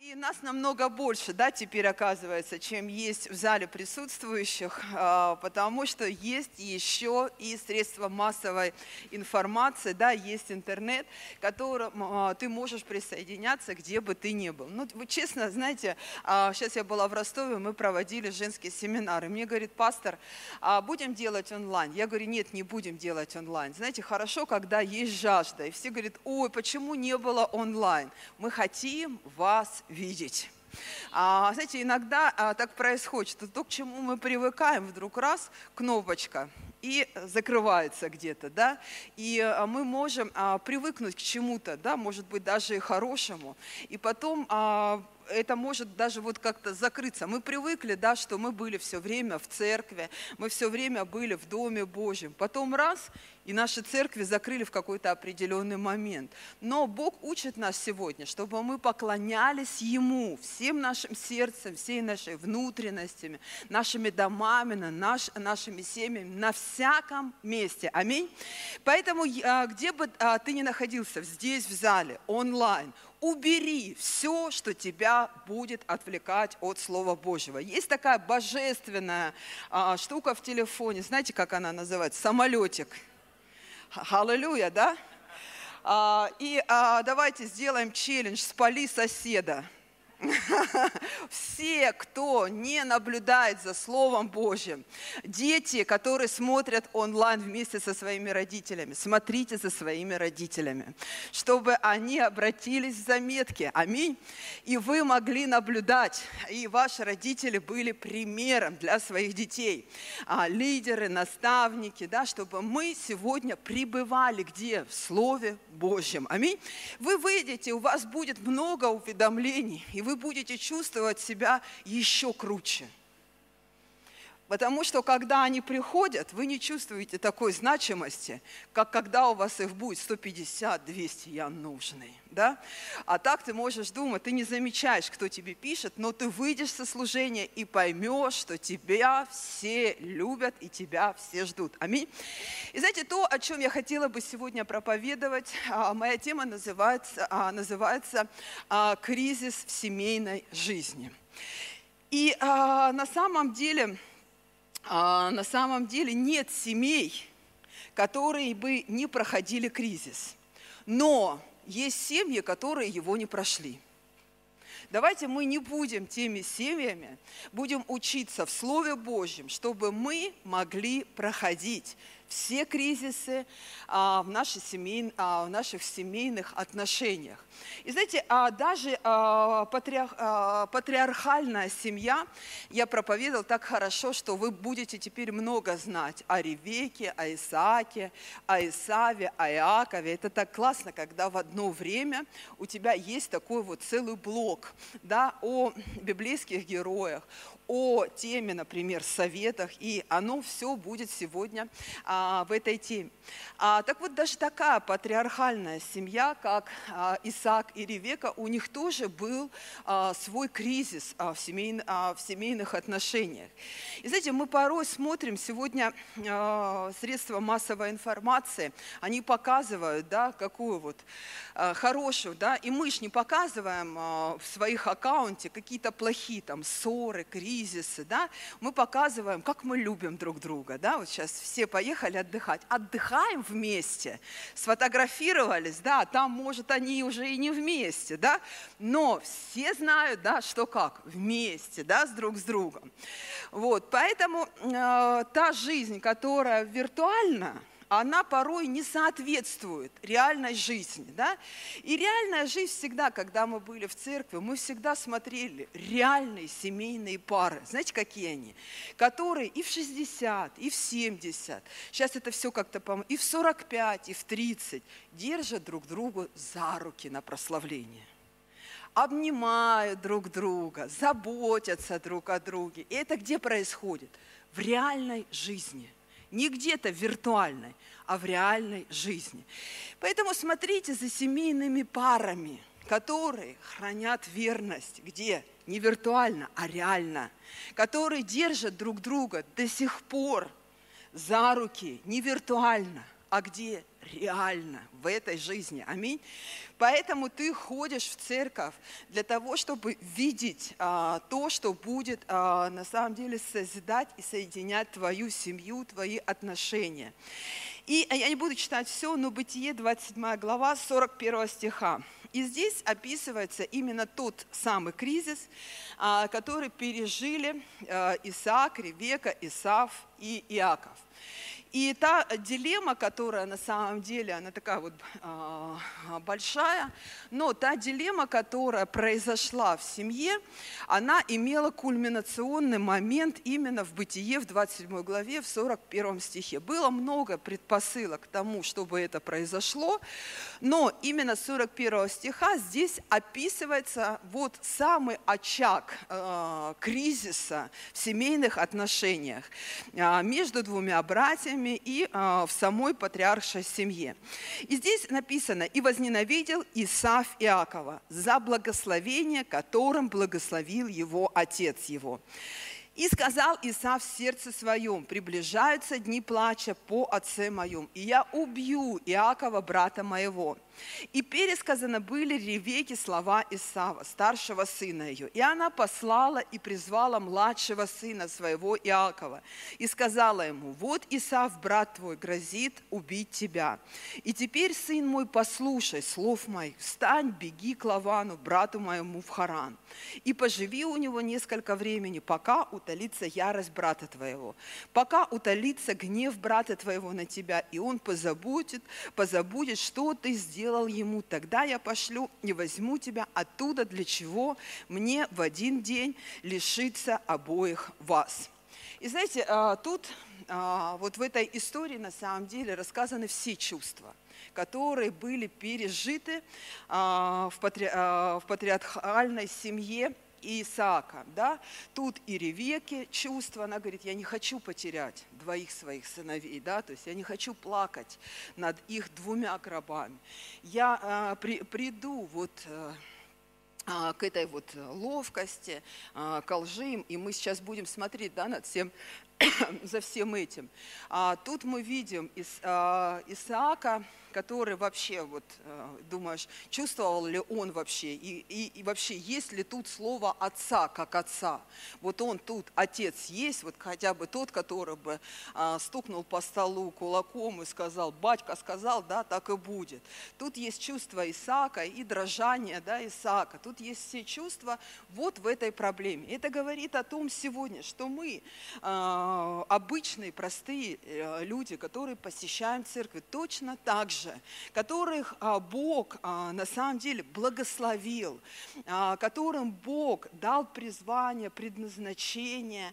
И нас намного больше, да, теперь оказывается, чем есть в зале присутствующих, потому что есть еще и средства массовой информации, да, есть интернет, к которому ты можешь присоединяться, где бы ты ни был. Ну, вы честно, знаете, сейчас я была в Ростове, мы проводили женские семинары. Мне говорит пастор, будем делать онлайн? Я говорю, нет, не будем делать онлайн. Знаете, хорошо, когда есть жажда. И все говорят, ой, почему не было онлайн? Мы хотим вас видеть. Знаете, иногда так происходит, что то, к чему мы привыкаем, вдруг раз, кнопочка, и закрывается где-то, да, и мы можем привыкнуть к чему-то, да, может быть, даже и хорошему, и потом это может даже вот как-то закрыться. Мы привыкли, да, что мы были все время в церкви, мы все время были в Доме Божьем. Потом раз, и наши церкви закрыли в какой-то определенный момент. Но Бог учит нас сегодня, чтобы мы поклонялись Ему всем нашим сердцем, всей нашей внутренностями, нашими домами, нашими семьями, на всяком месте. Аминь. Поэтому, где бы ты ни находился, здесь, в зале, онлайн, убери все, что тебя будет отвлекать от Слова Божьего. Есть такая божественная штука в телефоне, знаете, как она называется? Самолетик. Аллилуйя, да? Давайте сделаем челлендж «Спали соседа». Все, кто не наблюдает за Словом Божьим, дети, которые смотрят онлайн вместе со своими родителями, смотрите за своими родителями, чтобы они обратились в заметки, аминь, и вы могли наблюдать, и ваши родители были примером для своих детей, лидеры, наставники, да, чтобы мы сегодня пребывали где? В Слове Божьем, аминь. Вы выйдете, у вас будет много уведомлений, и вы будете чувствовать себя еще круче. Потому что, когда они приходят, вы не чувствуете такой значимости, как когда у вас их будет 150, 200, я нужный. Да? А так ты можешь думать, ты не замечаешь, кто тебе пишет, но ты выйдешь со служения и поймешь, что тебя все любят и тебя все ждут. Аминь. И знаете, то, о чем я хотела бы сегодня проповедовать, моя тема называется «Кризис в семейной жизни». И на самом деле нет семей, которые бы не проходили кризис. Но есть семьи, которые его не прошли. Давайте мы не будем теми семьями, будем учиться в Слове Божьем, чтобы мы могли проходить все кризисы в наших семейных отношениях. И знаете, даже патриархальная семья, я проповедовал так хорошо, что вы будете теперь много знать о Ревеке, о Исааке, о Исаве, о Иакове. Это так классно, когда в одно время у тебя есть такой вот целый блок, да, о библейских героях, о теме, например, советах, и оно все будет сегодня в этой теме. Так вот, даже такая патриархальная семья, как Исаак и Ревека, у них тоже был свой кризис в семейных отношениях. И знаете, мы порой смотрим сегодня средства массовой информации, они показывают, да, какую вот хорошую, да, и мы же не показываем в своих аккаунте какие-то плохие там ссоры, кризисы, да, мы показываем, как мы любим друг друга, да, вот сейчас все поехали отдыхать, отдыхаем вместе, сфотографировались, да, там, может, они уже и не вместе, да, но все знают, да, что как, вместе, да, друг с другом. Вот, поэтому та жизнь, которая виртуальна, она порой не соответствует реальной жизни. Да? И реальная жизнь всегда, когда мы были в церкви, мы всегда смотрели реальные семейные пары. Знаете, какие они? Которые и в 60, и в 70, сейчас это все как-то, и в 45, и в 30 держат друг друга за руки на прославление. Обнимают друг друга, заботятся друг о друге. И это где происходит? В реальной жизни. Не где-то виртуальной, а в реальной жизни. Поэтому смотрите за семейными парами, которые хранят верность. Где? Не виртуально, а реально. Которые держат друг друга до сих пор за руки, не виртуально, а где? реально в этой жизни. Аминь. Поэтому ты ходишь в церковь для того, чтобы видеть то, что будет на самом деле созидать и соединять твою семью, твои отношения. И я не буду читать все, но Бытие, 27 глава, 41 стиха. И здесь описывается именно тот самый кризис, который пережили Исаак, Ревека, Исав и Иаков. И та дилемма, которая на самом деле, она такая вот большая, но та дилемма, которая произошла в семье, она имела кульминационный момент именно в Бытие, в 27 главе, в 41 стихе. Было много предпосылок к тому, чтобы это произошло, но именно с 41 стиха здесь описывается вот самый очаг кризиса в семейных отношениях между двумя братьями и в самой патриаршей семье. И здесь написано: «И возненавидел Исав Иакова за благословение, которым благословил его отец его. И сказал Исав в сердце своем: приближаются дни плача по отце моем, и я убью Иакова, брата моего». И пересказаны были Ревеке слова Исава, старшего сына ее. И она послала и призвала младшего сына своего Иакова. И сказала ему: вот Исав, брат твой, грозит убить тебя. И теперь, сын мой, послушай слов моих, встань, беги к Лавану, брату моему, в Харан. И поживи у него несколько времени, пока утолится ярость брата твоего, пока утолится гнев брата твоего на тебя, и он позабудет, что ты сделал ему, тогда я пошлю и возьму тебя оттуда, для чего мне в один день лишиться обоих вас». И знаете, тут вот в этой истории на самом деле рассказаны все чувства, которые были пережиты в патриархальной семье Исаака, да? Тут и Ревеке чувство, она говорит: я не хочу потерять двоих своих сыновей, да? То есть я не хочу плакать над их двумя гробами. Я приду вот к этой вот ловкости, к лжи им, и мы сейчас будем смотреть, да, над всем, за всем этим. Тут мы видим Исаака, который вообще, вот, думаешь, чувствовал ли он вообще, и вообще есть ли тут слово отца как отца. Вот он тут, отец есть, вот хотя бы тот, который бы стукнул по столу кулаком и сказал: батька сказал, да, так и будет. Тут есть чувство Исаака и дрожание, да, Исаака. Тут есть все чувства вот в этой проблеме. Это говорит о том сегодня, что мы, обычные, простые люди, которые посещаем церковь, точно так же, которых Бог на самом деле благословил, которым Бог дал призвание, предназначение.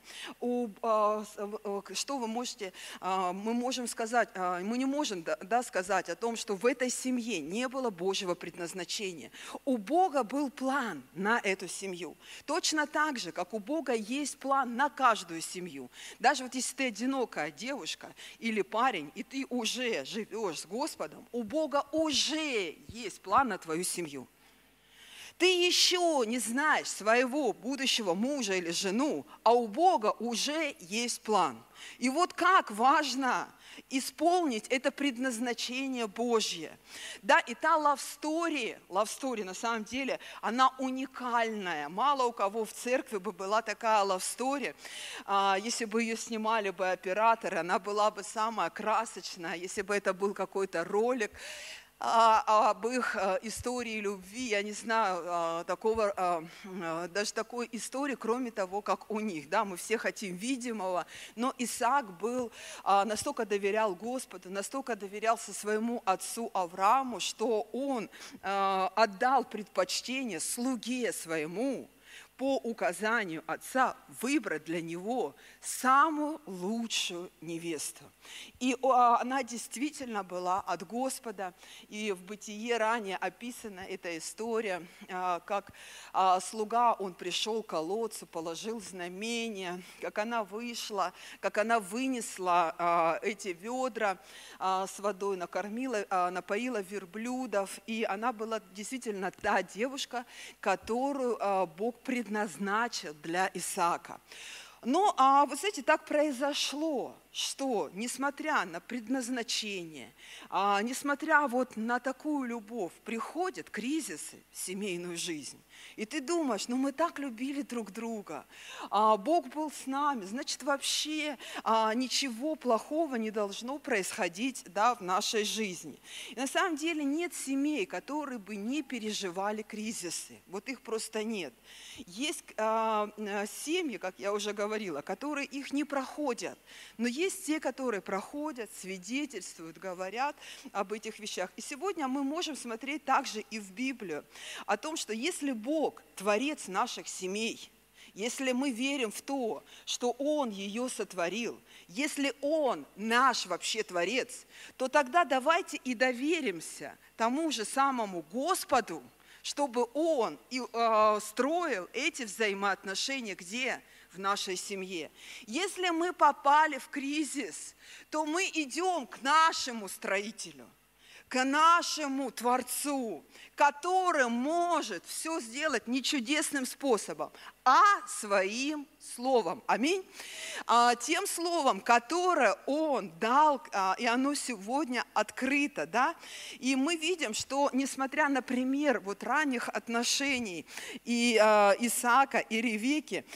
Что вы можете, мы можем сказать, мы не можем, да, сказать о том, что в этой семье не было Божьего предназначения. У Бога был план на эту семью. Точно так же, как у Бога есть план на каждую семью. Даже вот если ты одинокая девушка или парень, и ты уже живешь с Господом, у Бога уже есть план на твою семью. Ты еще не знаешь своего будущего мужа или жену, а у Бога уже есть план. И вот как важно исполнить это предназначение Божье. Да, и та love story на самом деле, она уникальная. Мало у кого в церкви бы была такая love story. Если бы ее снимали бы операторы, она была бы самая красочная. Если бы это был какой-то ролик об их истории любви, я не знаю даже такой истории, кроме того, как у них. Да, мы все хотим видимого, но Исаак настолько доверял Господу, настолько доверялся своему отцу Аврааму, что он отдал предпочтение слуге своему по указанию отца выбрать для него самую лучшую невесту. И она действительно была от Господа. И в Бытие ранее описана эта история, как слуга, он пришел к колодцу, положил знамение, как она вышла, как она вынесла эти ведра с водой, накормила, напоила верблюдов. И она была действительно та девушка, которую Бог предназначил для Исаака. Но, вы знаете, так произошло, что, несмотря на предназначение, несмотря вот на такую любовь, приходят кризисы в семейную жизнь. И ты думаешь, ну мы так любили друг друга, Бог был с нами, значит вообще ничего плохого не должно происходить, да, в нашей жизни. И на самом деле нет семей, которые бы не переживали кризисы. Вот их просто нет. Есть семьи, как я уже говорила, которые их не проходят, но есть те, которые проходят, свидетельствуют, говорят об этих вещах. И сегодня мы можем смотреть также и в Библию о том, что если Бог творец наших семей, если мы верим в то, что Он ее сотворил, если Он наш вообще творец, то тогда давайте и доверимся тому же самому Господу, чтобы Он строил эти взаимоотношения где? В нашей семье. Если мы попали в кризис, то мы идем к нашему строителю, к нашему Творцу, который может все сделать не чудесным способом, а своим словом. Аминь. Тем словом, которое Он дал, и оно сегодня открыто. Да? И мы видим, что несмотря на пример вот ранних отношений и Исаака и Ревекки,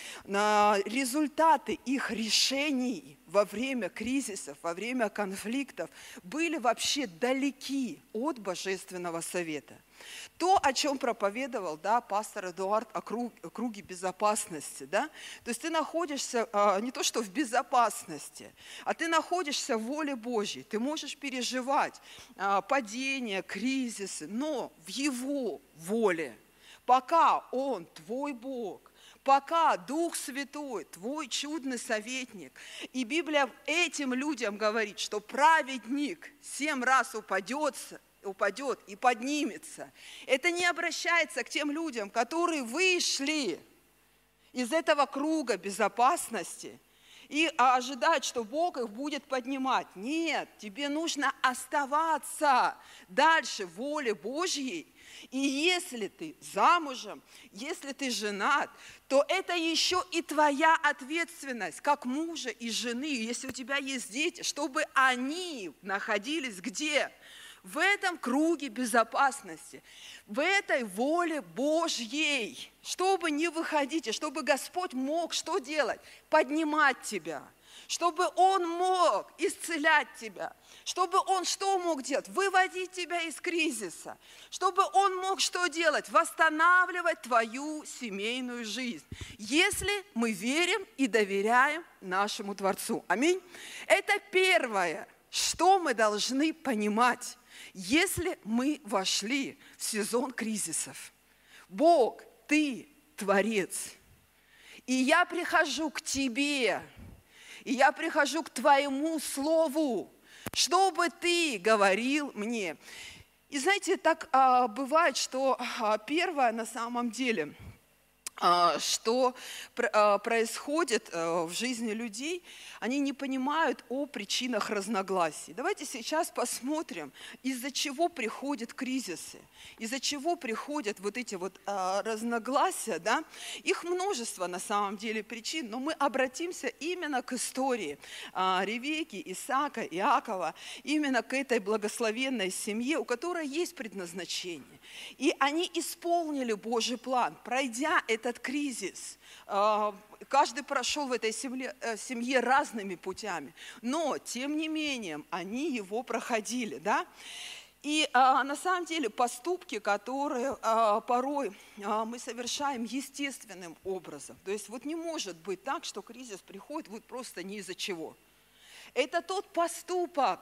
результаты их решений во время кризисов, во время конфликтов были вообще далеки от Божественного совета. То, о чем проповедовал, да, пастор Эдуард, о круге безопасности. Да? То есть ты находишься не то что в безопасности, а ты находишься в воле Божьей. Ты можешь переживать падения, кризисы, но в Его воле. Пока Он твой Бог, пока Дух Святой, твой чудный советник. И Библия этим людям говорит, что праведник 7 раз упадет и поднимется. Это не обращается к тем людям, которые вышли из этого круга безопасности и ожидать, что Бог их будет поднимать. Нет, тебе нужно оставаться дальше в воле Божьей. И если ты замужем, если ты женат, то это еще и твоя ответственность, как мужа и жены, если у тебя есть дети, чтобы они находились где? В этом круге безопасности, в этой воле Божьей, чтобы не выходить, и чтобы Господь мог что делать? Поднимать тебя, чтобы Он мог исцелять тебя, чтобы Он что мог делать? Выводить тебя из кризиса, чтобы Он мог что делать? Восстанавливать твою семейную жизнь, если мы верим и доверяем нашему Творцу. Аминь. Это первое, что мы должны понимать. Если мы вошли в сезон кризисов, Бог, Ты Творец, и я прихожу к Тебе, и я прихожу к Твоему Слову, чтобы Ты говорил мне. И знаете, так бывает, что первое на самом деле, что происходит в жизни людей, они не понимают о причинах разногласий. Давайте сейчас посмотрим, из-за чего приходят кризисы, из-за чего приходят вот эти вот разногласия. Да? Их множество на самом деле причин, но мы обратимся именно к истории Ревекки, Исаака, Иакова, именно к этой благословенной семье, у которой есть предназначение. И они исполнили Божий план, пройдя этот кризис. Каждый прошел в этой семье разными путями, но, тем не менее, они его проходили. Да? И на самом деле поступки, которые порой мы совершаем естественным образом. То есть вот не может быть так, что кризис приходит вот просто ни из-за чего. Это тот поступок,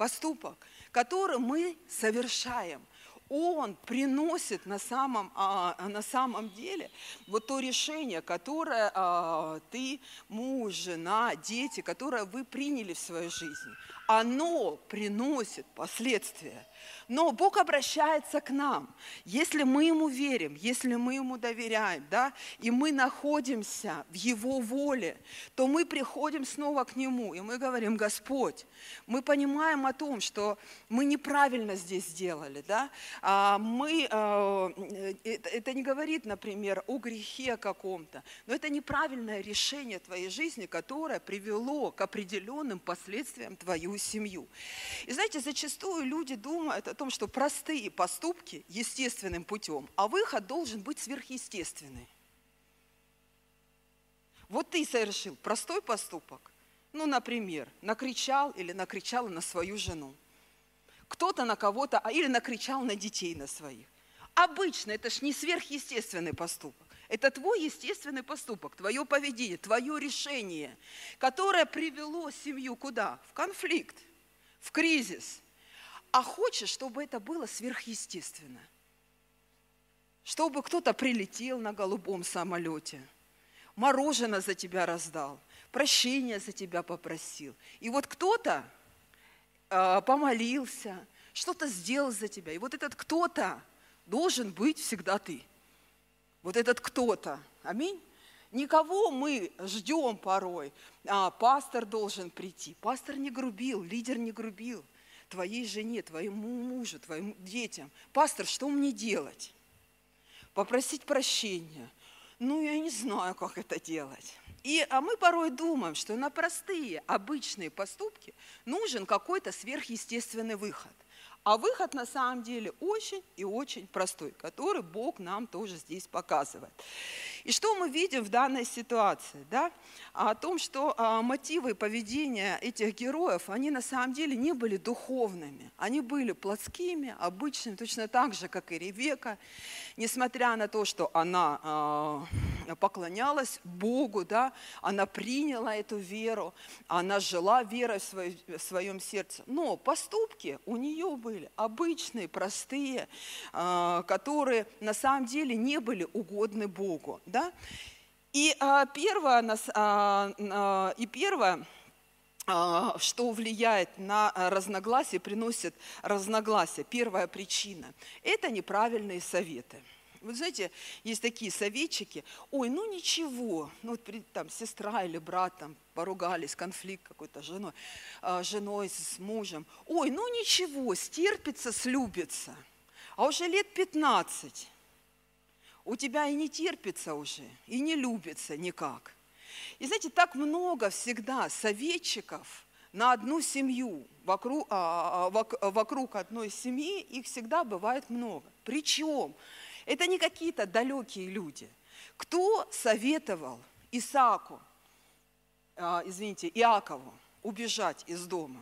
который мы совершаем. Он приносит на самом деле вот то решение, которое ты, муж, жена, дети, которое вы приняли в свою жизнь. Оно приносит последствия. Но Бог обращается к нам. Если мы Ему верим, если мы Ему доверяем, да, и мы находимся в Его воле, то мы приходим снова к Нему, и мы говорим: Господь, мы понимаем о том, что мы неправильно здесь сделали. Да? Это не говорит, например, о грехе каком-то, но это неправильное решение твоей жизни, которое привело к определенным последствиям твою семью. И знаете, зачастую люди думают о том, что простые поступки естественным путем, а выход должен быть сверхъестественный. Вот ты совершил простой поступок, ну, например, накричал или накричала на свою жену, кто-то на кого-то, или накричал на детей на своих. Обычно это ж не сверхъестественный поступок. Это твой естественный поступок, твое поведение, твое решение, которое привело семью куда? В конфликт, в кризис. А хочешь, чтобы это было сверхъестественно. Чтобы кто-то прилетел на голубом самолете, мороженое за тебя раздал, прощения за тебя попросил. И вот кто-то помолился, что-то сделал за тебя. И вот этот кто-то должен быть всегда ты. Вот этот кто-то. Аминь. Никого мы ждем порой. Пастор должен прийти. Пастор не грубил, лидер не грубил твоей жене, твоему мужу, твоим детям. Пастор, что мне делать? Попросить прощения. Ну, я не знаю, как это делать. А мы порой думаем, что на простые, обычные поступки нужен какой-то сверхъестественный выход. А выход на самом деле очень и очень простой, который Бог нам тоже здесь показывает. И что мы видим в данной ситуации? Да? О том, что мотивы поведения этих героев, они на самом деле не были духовными. Они были плотскими, обычными, точно так же, как и Ревека. Несмотря на то, что она поклонялась Богу, да? Она приняла эту веру, она жила верой в своем сердце. Но поступки у нее были обычные, простые, которые на самом деле не были угодны Богу. Да? И первое, что влияет на разногласия, приносит разногласия, первая причина – это неправильные советы. Вы знаете, есть такие советчики: ой, ну ничего, ну вот там сестра или брат там поругались, конфликт какой-то с женой, с мужем. Ой, ну ничего, стерпится, слюбится. А уже лет 15 у тебя и не терпится уже, и не любится никак. И знаете, так много всегда советчиков на одну семью, вокруг одной семьи их всегда бывает много. Причем это не какие-то далекие люди. Кто советовал Иакову убежать из дома?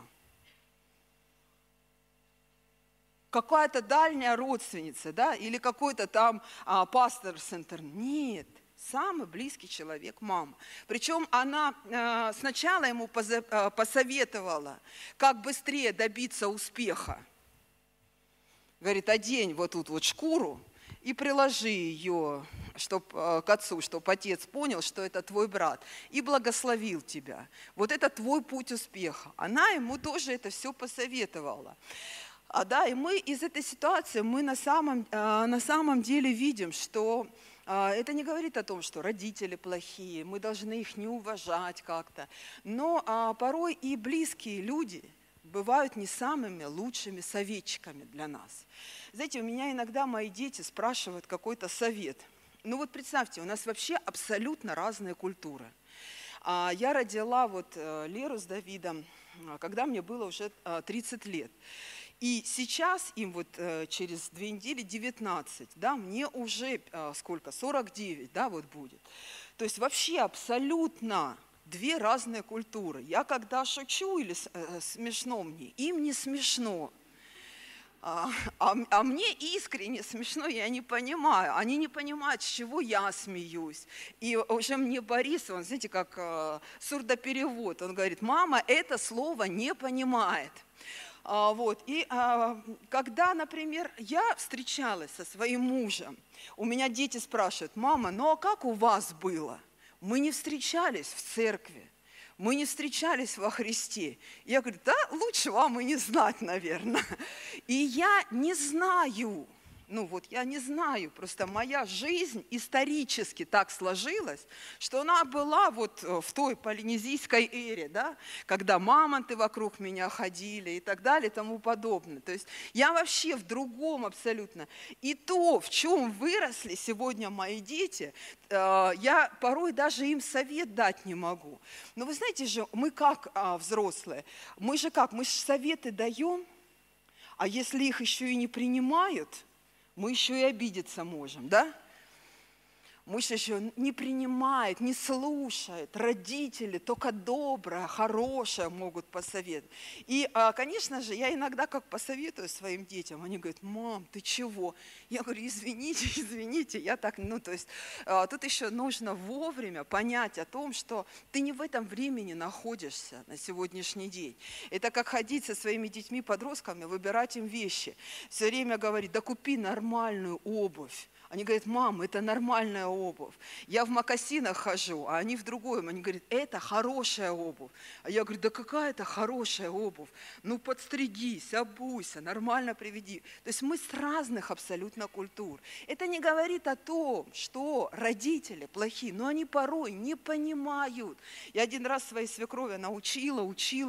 Какая-то дальняя родственница, да, или какой-то там пастор с интернета? Нет, самый близкий человек – мама. Причем она сначала ему посоветовала, как быстрее добиться успеха. Говорит: одень вот тут вот шкуру и приложи ее к отцу, чтобы отец понял, что это твой брат, и благословил тебя. Вот это твой путь успеха. Она ему тоже это все посоветовала. И мы из этой ситуации на самом деле видим, что это не говорит о том, что родители плохие, мы должны их не уважать как-то. Но порой и близкие люди бывают не самыми лучшими советчиками для нас. Знаете, у меня иногда мои дети спрашивают какой-то совет. Ну вот представьте, у нас вообще абсолютно разные культуры. Я родила Леру с Давидом, когда мне было уже 30 лет. И сейчас им через 2 недели 19, да, мне уже 49, да, будет. То есть вообще абсолютно 2 разные культуры. Я когда шучу или смешно мне, им не смешно. А мне искренне смешно, я не понимаю. Они не понимают, с чего я смеюсь. И уже мне Борис, он, знаете, как сурдоперевод, он говорит: мама это слово не понимает. Когда, например, я встречалась со своим мужем, у меня дети спрашивают: мама, ну а как у вас было? Мы не встречались в церкви, мы не встречались во Христе. Я говорю, да, лучше вам и не знать, наверное. И я не знаю, я не знаю, просто моя жизнь исторически так сложилась, что она была вот в той полинезийской эре, да, когда мамонты вокруг меня ходили и так далее и тому подобное. То есть я вообще в другом абсолютно. И то, в чем выросли сегодня мои дети, я порой даже им совет дать не могу. Но вы знаете же, мы как взрослые, мы же советы даем, а если их еще и не принимают, мы еще и обидеться можем, да? Муж еще не принимает, не слушает. Родители только доброе, хорошее могут посоветовать. И, конечно же, я иногда как посоветую своим детям, они говорят, мам, ты чего? Я говорю, извините, я так, тут еще нужно вовремя понять о том, что ты не в этом времени находишься на сегодняшний день. Это как ходить со своими детьми, подростками, выбирать им вещи. Все время говорить, да купи нормальную обувь. Они говорят, мам, это нормальная обувь. Я в мокасинах хожу, а они в другом. Они говорят, это хорошая обувь. А я говорю, да какая это хорошая обувь? Ну подстригись, обуйся, нормально приведи. То есть мы с разных абсолютно культур. Это не говорит о том, что родители плохие, но они порой не понимают. Я один раз своей свекрови учила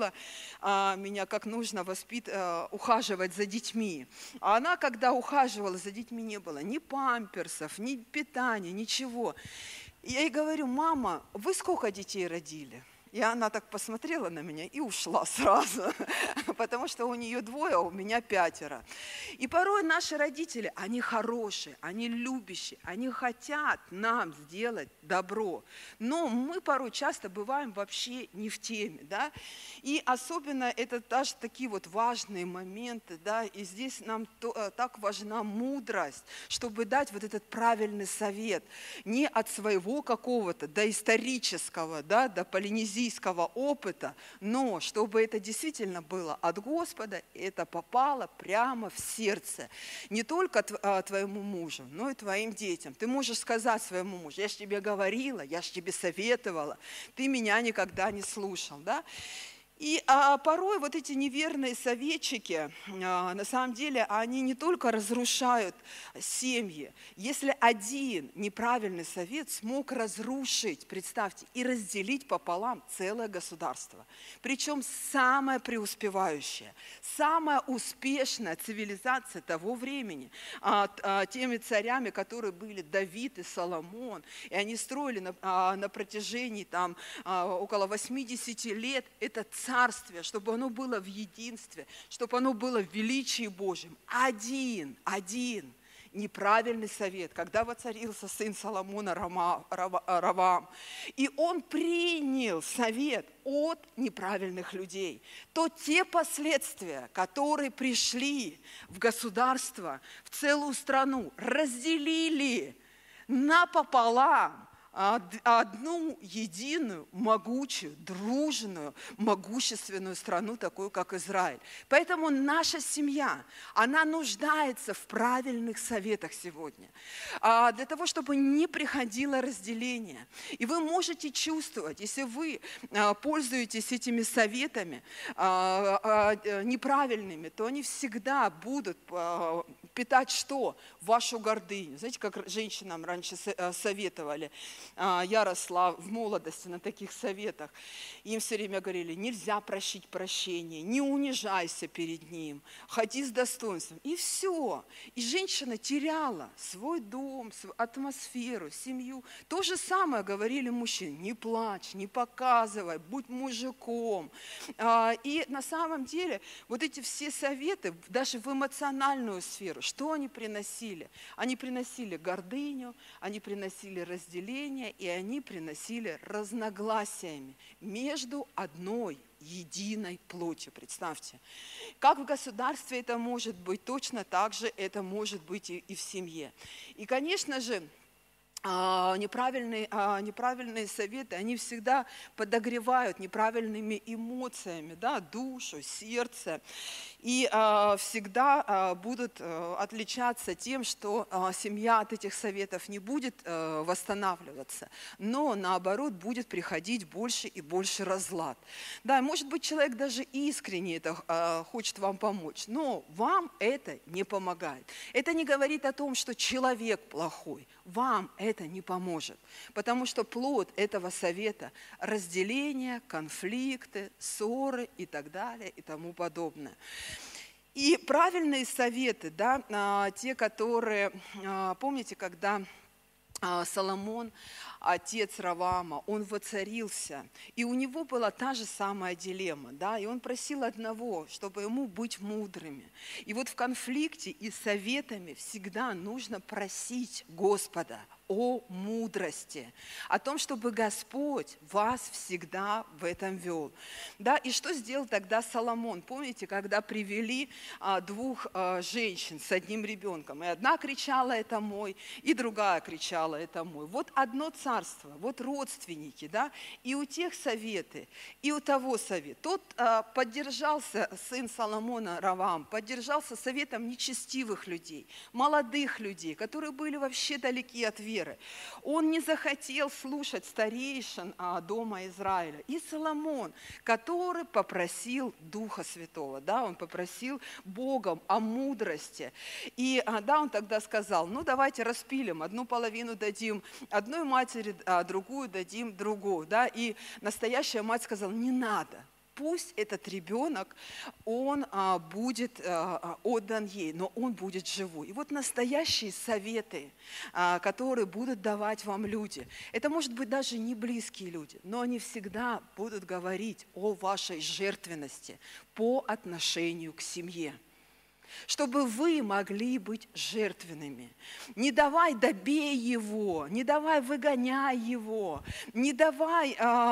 меня, как нужно ухаживать за детьми. А она, когда ухаживала за детьми, не было ни памперсов, ни питания, ничего. И я ей говорю, мама, вы сколько детей родили? И она так посмотрела на меня и ушла сразу, потому что у нее 2, а у меня 5. И порой наши родители, они хорошие, они любящие, они хотят нам сделать добро. Но мы порой часто бываем вообще не в теме, да. И особенно это даже такие вот важные моменты, да. И здесь нам так важна мудрость, чтобы дать вот этот правильный совет. Не от своего какого-то доисторического, да, до полинезийского опыта, но чтобы это действительно было от Господа, это попало прямо в сердце. Не только твоему мужу, но и твоим детям. Ты можешь сказать своему мужу, я же тебе говорила, я же тебе советовала, ты меня никогда не слушал, да? И порой вот эти неверные советчики, на самом деле, они не только разрушают семьи. Если один неправильный совет смог разрушить, представьте, и разделить пополам целое государство, причем самая преуспевающая, самая успешная цивилизация того времени, теми царями, которые были Давид и Соломон, и они строили на протяжении около 80 лет это царствие, чтобы оно было в единстве, чтобы оно было в величии Божьем. Один неправильный совет, когда воцарился сын Соломона Раваам, и он принял совет от неправильных людей, то те последствия, которые пришли в государство, в целую страну, разделили напополам одну единую, могучую, дружную, могущественную страну, такую, как Израиль. Поэтому наша семья, она нуждается в правильных советах сегодня, для того, чтобы не приходило разделение. И вы можете чувствовать, если вы пользуетесь этими советами неправильными, то они всегда будут питать что? Вашу гордыню. Знаете, как женщинам раньше советовали. Я росла в молодости на таких советах. Им все время говорили, нельзя просить прощения, не унижайся перед ним, ходи с достоинством. И все. И женщина теряла свой дом, свою атмосферу, семью. То же самое говорили мужчине, не плачь, не показывай, будь мужиком. И на самом деле вот эти все советы, даже в эмоциональную сферу, что они приносили? Они приносили гордыню, они приносили разделение, и они приносили разногласиями между одной единой плотью. Представьте, как в государстве это может быть, точно так же это может быть и в семье. И, конечно же, неправильные советы, они всегда подогревают неправильными эмоциями, да, душу, сердце. И всегда будут отличаться тем, что семья от этих советов не будет восстанавливаться, но наоборот будет приходить больше и больше разлад. Да, может быть, человек даже искренне это хочет вам помочь, но вам это не помогает. Это не говорит о том, что человек плохой. Вам это не поможет, потому что плод этого совета – разделение, конфликты, ссоры и так далее и тому подобное. И правильные советы, да, те, которые, помните, когда Соломон, отец Раваама, он воцарился, и у него была та же самая дилемма, да, и он просил одного, чтобы ему быть мудрыми. И вот в конфликте и советами всегда нужно просить Господа о мудрости, о том, чтобы Господь вас всегда в этом вел. Да, и что сделал тогда Соломон? Помните, когда привели двух женщин с одним ребенком, и одна кричала «это мой», и другая кричала «это мой». Вот одно царство, вот родственники, да, и у тех советы, и у того совет. Тот поддержался, сын Соломона Раваам, поддержался советом нечестивых людей, молодых людей, которые были вообще далеки от веры. Он не захотел слушать старейшин дома Израиля. И Соломон, который попросил Духа Святого, да, он попросил Богом о мудрости. И да, он тогда сказал, ну давайте распилим, одну половину дадим одной матери, а другую дадим другую. Да? И настоящая мать сказала, не надо. Пусть этот ребенок, он будет отдан ей, но он будет живой. И вот настоящие советы, которые будут давать вам люди, это может быть даже не близкие люди, но они всегда будут говорить о вашей жертвенности по отношению к семье. Чтобы вы могли быть жертвенными. Не давай добей его, не давай выгоняй его, не давай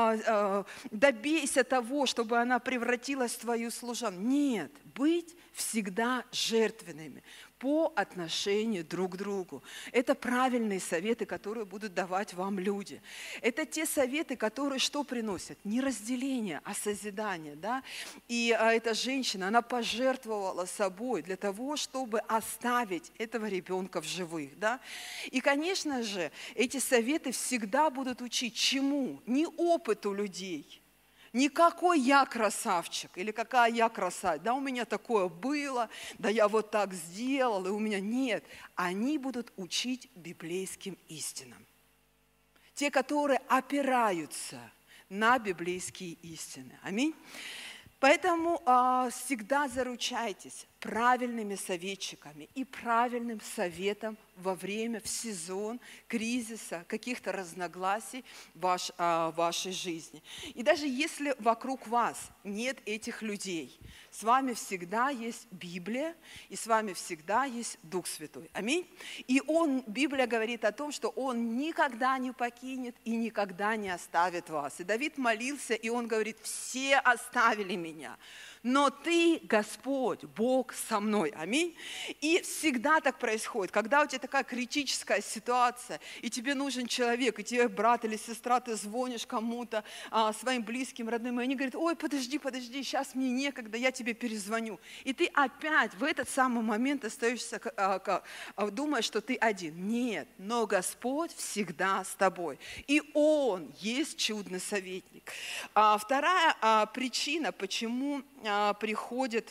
добейся того, чтобы она превратилась в твою служанку. Нет, быть всегда жертвенными по отношению друг к другу. Это правильные советы, которые будут давать вам люди. Это те советы, которые что приносят? Не разделение, а созидание. Да? И эта женщина, она пожертвовала собой для того, чтобы оставить этого ребенка в живых. Да? И, конечно же, эти советы всегда будут учить чему? Не опыту людей, не какой я красавчик или какая я красавица, да у меня такое было, да я вот так сделал, и у меня нет. Они будут учить библейским истинам. Те, которые опираются на библейские истины. Аминь. Поэтому всегда заручайтесь правильными советчиками и правильным советом во время, в сезон кризиса, каких-то разногласий в вашей жизни. И даже если вокруг вас нет этих людей, с вами всегда есть Библия, и с вами всегда есть Дух Святой. Аминь. И Библия говорит о том, что Он никогда не покинет и никогда не оставит вас. И Давид молился, и он говорит, все оставили меня, но Ты, Господь, Бог со мной. Аминь. И всегда так происходит. Когда у тебя такая критическая ситуация, и тебе нужен человек, и тебе брат или сестра, ты звонишь кому-то, своим близким, родным, и они говорят, ой, подожди, сейчас мне некогда, я тебе перезвоню. И ты опять в этот самый момент остаешься, думаешь, что ты один. Нет, но Господь всегда с тобой. И Он есть чудный советник. Вторая причина, почему приходят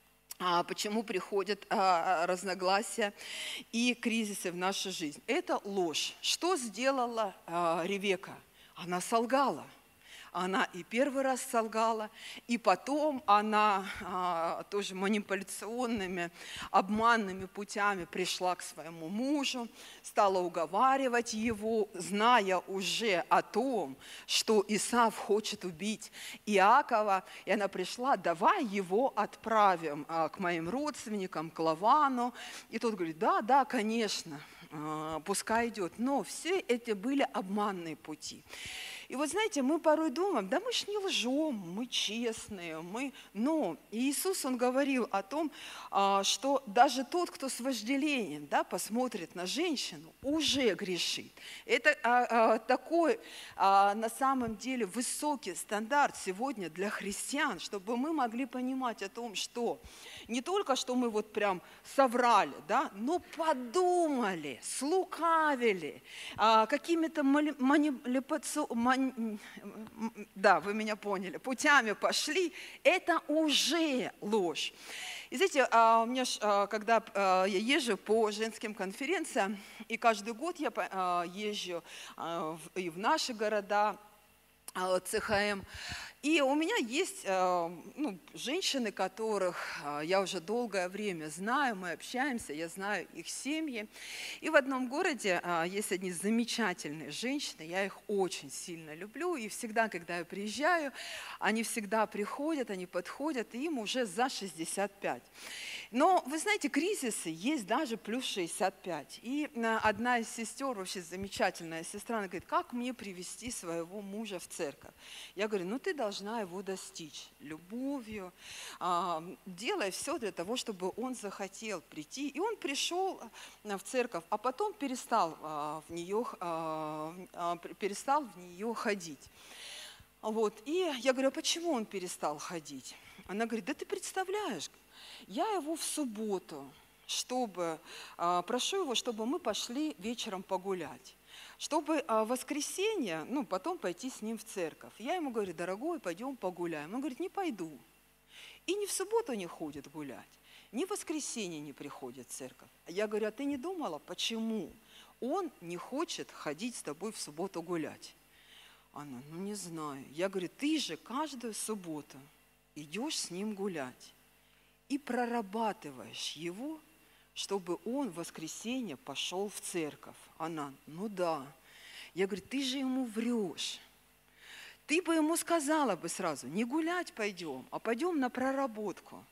разногласия и кризисы в нашу жизнь. Это ложь. Что сделала Ревека? Она солгала. Она и первый раз солгала, и потом она тоже манипуляционными, обманными путями пришла к своему мужу, стала уговаривать его, зная уже о том, что Исав хочет убить Иакова. И она пришла, давай его отправим к моим родственникам, к Лавану. И тот говорит, да, конечно, пускай идет. Но все эти были обманные пути. И вот знаете, мы порой думаем, да мы ж не лжем, мы честные, но Иисус, Он говорил о том, что даже тот, кто с вожделением, да, посмотрит на женщину, уже грешит. Это такой на самом деле высокий стандарт сегодня для христиан, чтобы мы могли понимать о том, что не только, что мы вот прям соврали, да, но подумали, слукавили, какими-то да, вы меня поняли, путями пошли, это уже ложь. И знаете, у меня, когда я езжу по женским конференциям, и каждый год я езжу и в наши города, ЦХМ, и у меня есть женщины, которых я уже долгое время знаю, мы общаемся, я знаю их семьи. И в одном городе есть одни замечательные женщины, я их очень сильно люблю. И всегда, когда я приезжаю, они всегда приходят, они подходят, и им уже за 65. Но, вы знаете, кризисы есть даже плюс 65. И одна из сестер, вообще замечательная сестра, она говорит, как мне привести своего мужа в церковь? Я говорю, ты должна его достичь любовью, делай все для того, чтобы он захотел прийти. И он пришел в церковь, а потом перестал в нее ходить. Вот. И я говорю, а почему он перестал ходить? Она говорит, да ты представляешь, я его в субботу, прошу его, чтобы мы пошли вечером погулять, чтобы в воскресенье, потом пойти с ним в церковь. Я ему говорю, дорогой, пойдем погуляем. Он говорит, не пойду. И ни в субботу не ходит гулять, ни в воскресенье не приходит в церковь. Я говорю, а ты не думала, почему он не хочет ходить с тобой в субботу гулять? Она, не знаю. Я говорю, ты же каждую субботу идешь с ним гулять и прорабатываешь его, чтобы он в воскресенье пошел в церковь. Она, да. Я говорю, ты же ему врешь. Ты бы ему сказала бы сразу, не гулять пойдем, а пойдем на проработку.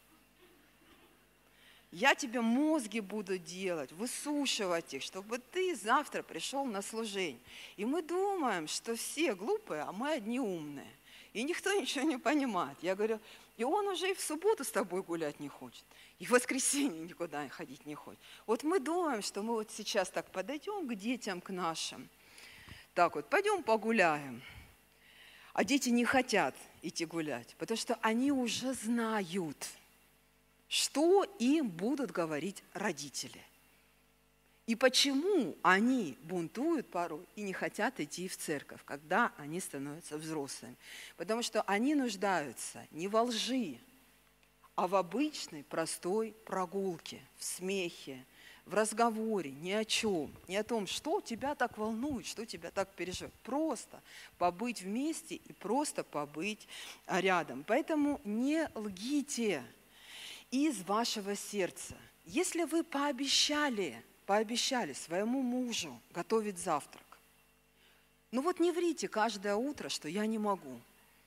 Я тебе мозги буду делать, высушивать их, чтобы ты завтра пришел на служение. И мы думаем, что все глупые, а мы одни умные. И никто ничего не понимает. Я говорю, и он уже и в субботу с тобой гулять не хочет, и в воскресенье никуда ходить не хочет. Вот мы думаем, что мы вот сейчас так подойдем к детям, к нашим, так вот, пойдем погуляем. А дети не хотят идти гулять, потому что они уже знают, что им будут говорить родители. И почему они бунтуют порой и не хотят идти в церковь, когда они становятся взрослыми. Потому что они нуждаются не во лжи, а в обычной простой прогулке, в смехе, в разговоре, ни о чем, не о том, что тебя так волнует, что тебя так переживает. Просто побыть вместе и просто побыть рядом. Поэтому не лгите из вашего сердца. Если вы пообещали своему мужу готовить завтрак, не врите каждое утро, что я не могу.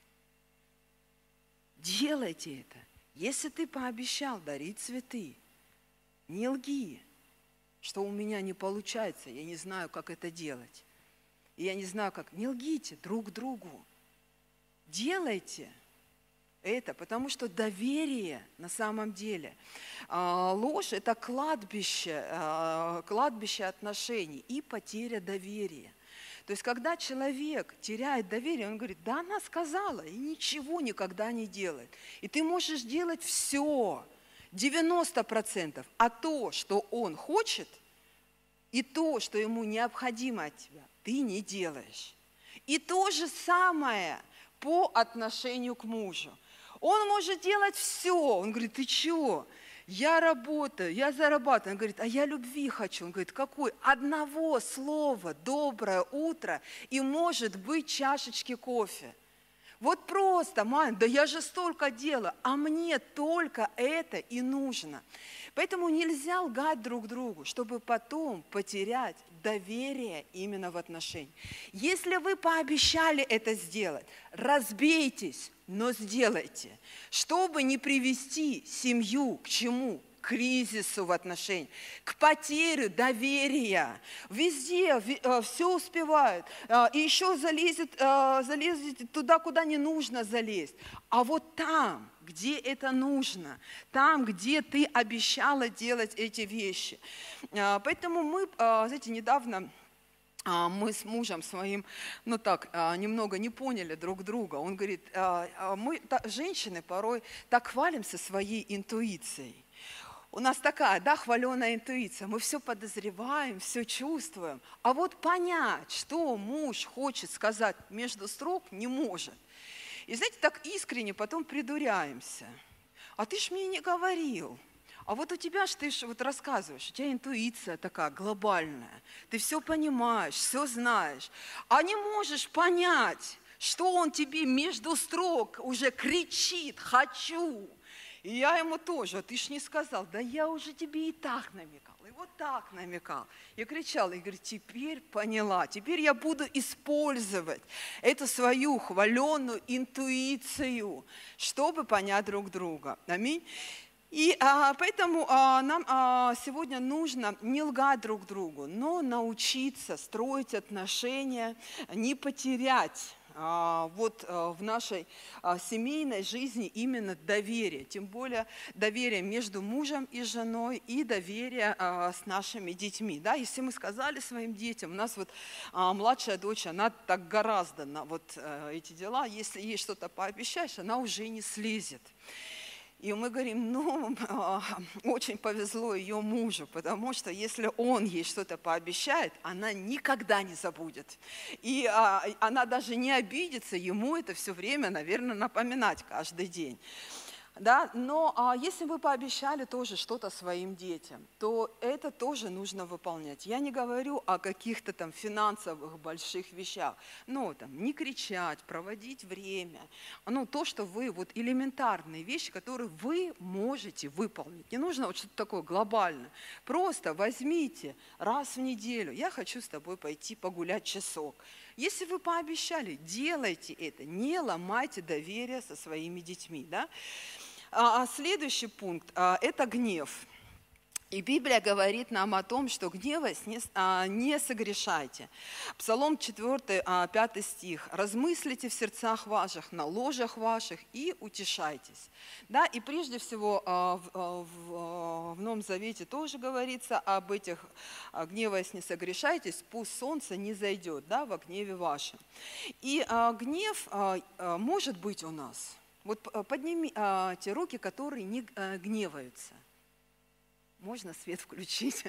Делайте это. Если ты пообещал дарить цветы, не лги, что у меня не получается, я не знаю, как это делать. И я не знаю, как. Не лгите друг другу. Делайте это, потому что доверие на самом деле, ложь – это кладбище отношений и потеря доверия. То есть, когда человек теряет доверие, он говорит, да она сказала, и ничего никогда не делает. И ты можешь делать все, 90%, а то, что он хочет, и то, что ему необходимо от тебя, ты не делаешь. И то же самое по отношению к мужу. Он может делать все. Он говорит, ты чего? Я работаю, я зарабатываю. Он говорит, а я любви хочу. Он говорит, какой? Одного слова, доброе утро, и может быть чашечки кофе. Вот просто, мама, да я же столько делаю, а мне только это и нужно. Поэтому нельзя лгать друг другу, чтобы потом потерять доверие именно в отношениях. Если вы пообещали это сделать, разбейтесь, но сделайте, чтобы не привести семью к чему? к кризису в отношениях, к потере доверия. Везде все успевают. И еще залезет туда, куда не нужно залезть. А вот там, где это нужно, там, где ты обещала делать эти вещи. Поэтому мы, знаете, недавно мы с мужем своим, немного не поняли друг друга. Он говорит, мы, женщины, порой так хвалимся своей интуицией. У нас такая, хваленая интуиция. Мы все подозреваем, все чувствуем. А вот понять, что муж хочет сказать между строк, не может. И знаете, так искренне потом придуряемся. А ты ж мне не говорил. А вот у тебя ж, ты ж вот рассказываешь, у тебя интуиция такая глобальная, ты все понимаешь, все знаешь, а не можешь понять, что он тебе между строк уже кричит «хочу». И я ему тоже, а ты ж не сказал, да я уже тебе и так намекал, и вот так намекал. Я кричала, и говорю, теперь поняла, теперь я буду использовать эту свою хваленную интуицию, чтобы понять друг друга. Аминь. И поэтому нам сегодня нужно не лгать друг другу, но научиться строить отношения, не потерять в нашей семейной жизни именно доверие, тем более доверие между мужем и женой и доверие с нашими детьми. Да? Если мы сказали своим детям, у нас вот младшая дочь, она так гораздо на вот эти дела, если ей что-то пообещаешь, она уже не слезет. И мы говорим, очень повезло ее мужу, потому что если он ей что-то пообещает, она никогда не забудет. И она даже не обидится, ему это все время, наверное, напоминать каждый день. Да? Но если вы пообещали тоже что-то своим детям, то это тоже нужно выполнять. Я не говорю о каких-то там финансовых больших вещах, не кричать, проводить время. То, что вы, вот элементарные вещи, которые вы можете выполнить. Не нужно вот что-то такое глобальное. Просто возьмите раз в неделю, я хочу с тобой пойти погулять часок. Если вы пообещали, делайте это, не ломайте доверие со своими детьми. Да? Следующий пункт – это гнев. И Библия говорит нам о том, что гневаясь, не согрешайте. Псалом 4, 5 стих. «Размыслите в сердцах ваших, на ложах ваших и утешайтесь». Да, и прежде всего в Новом Завете тоже говорится об этих «гневаясь, не согрешайтесь, пусть солнце не зайдет во гневе вашем». И гнев может быть у нас. Вот поднимите руки, которые не гневаются. Можно свет включить?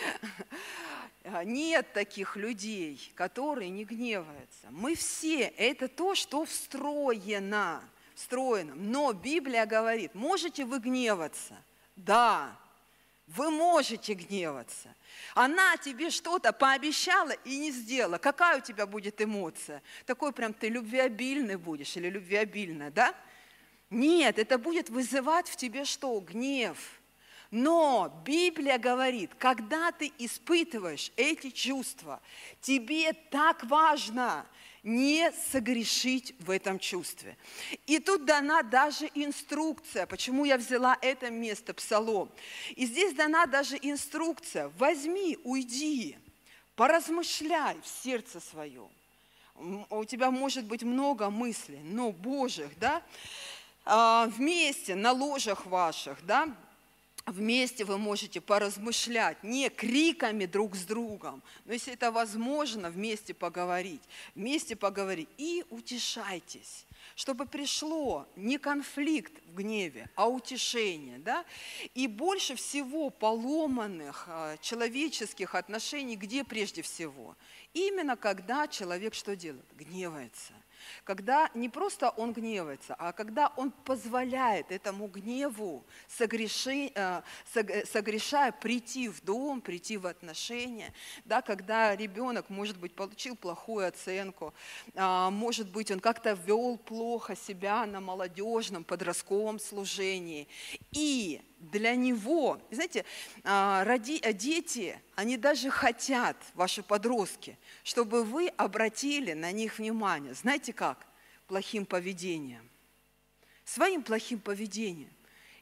Нет таких людей, которые не гневаются. Мы все, это то, что встроено. Но Библия говорит, можете вы гневаться? Да, вы можете гневаться. Она тебе что-то пообещала и не сделала. Какая у тебя будет эмоция? Такой прям ты любвеобильный будешь или любвеобильная, да? Нет, это будет вызывать в тебе что? Гнев. Но Библия говорит, когда ты испытываешь эти чувства, тебе так важно не согрешить в этом чувстве. И тут дана даже инструкция, почему я взяла это место, Псалом. И здесь дана даже инструкция, возьми, уйди, поразмышляй в сердце своем. У тебя может быть много мыслей, но Божьих, да? Вместе на ложах ваших, да, вместе вы можете поразмышлять, не криками друг с другом, но если это возможно, вместе поговорить и утешайтесь, чтобы пришло не конфликт в гневе, а утешение, да? И больше всего поломанных человеческих отношений, где прежде всего? Именно когда человек что делает? Гневается. Когда не просто он гневается, а когда он позволяет этому гневу, согрешая, прийти в дом, прийти в отношения, да, когда ребенок, может быть, получил плохую оценку, может быть, он как-то вел плохо себя на молодежном, подростковом служении. И для него, знаете, дети, они даже хотят, ваши подростки, чтобы вы обратили на них внимание. Знаете как? Плохим поведением. Своим плохим поведением.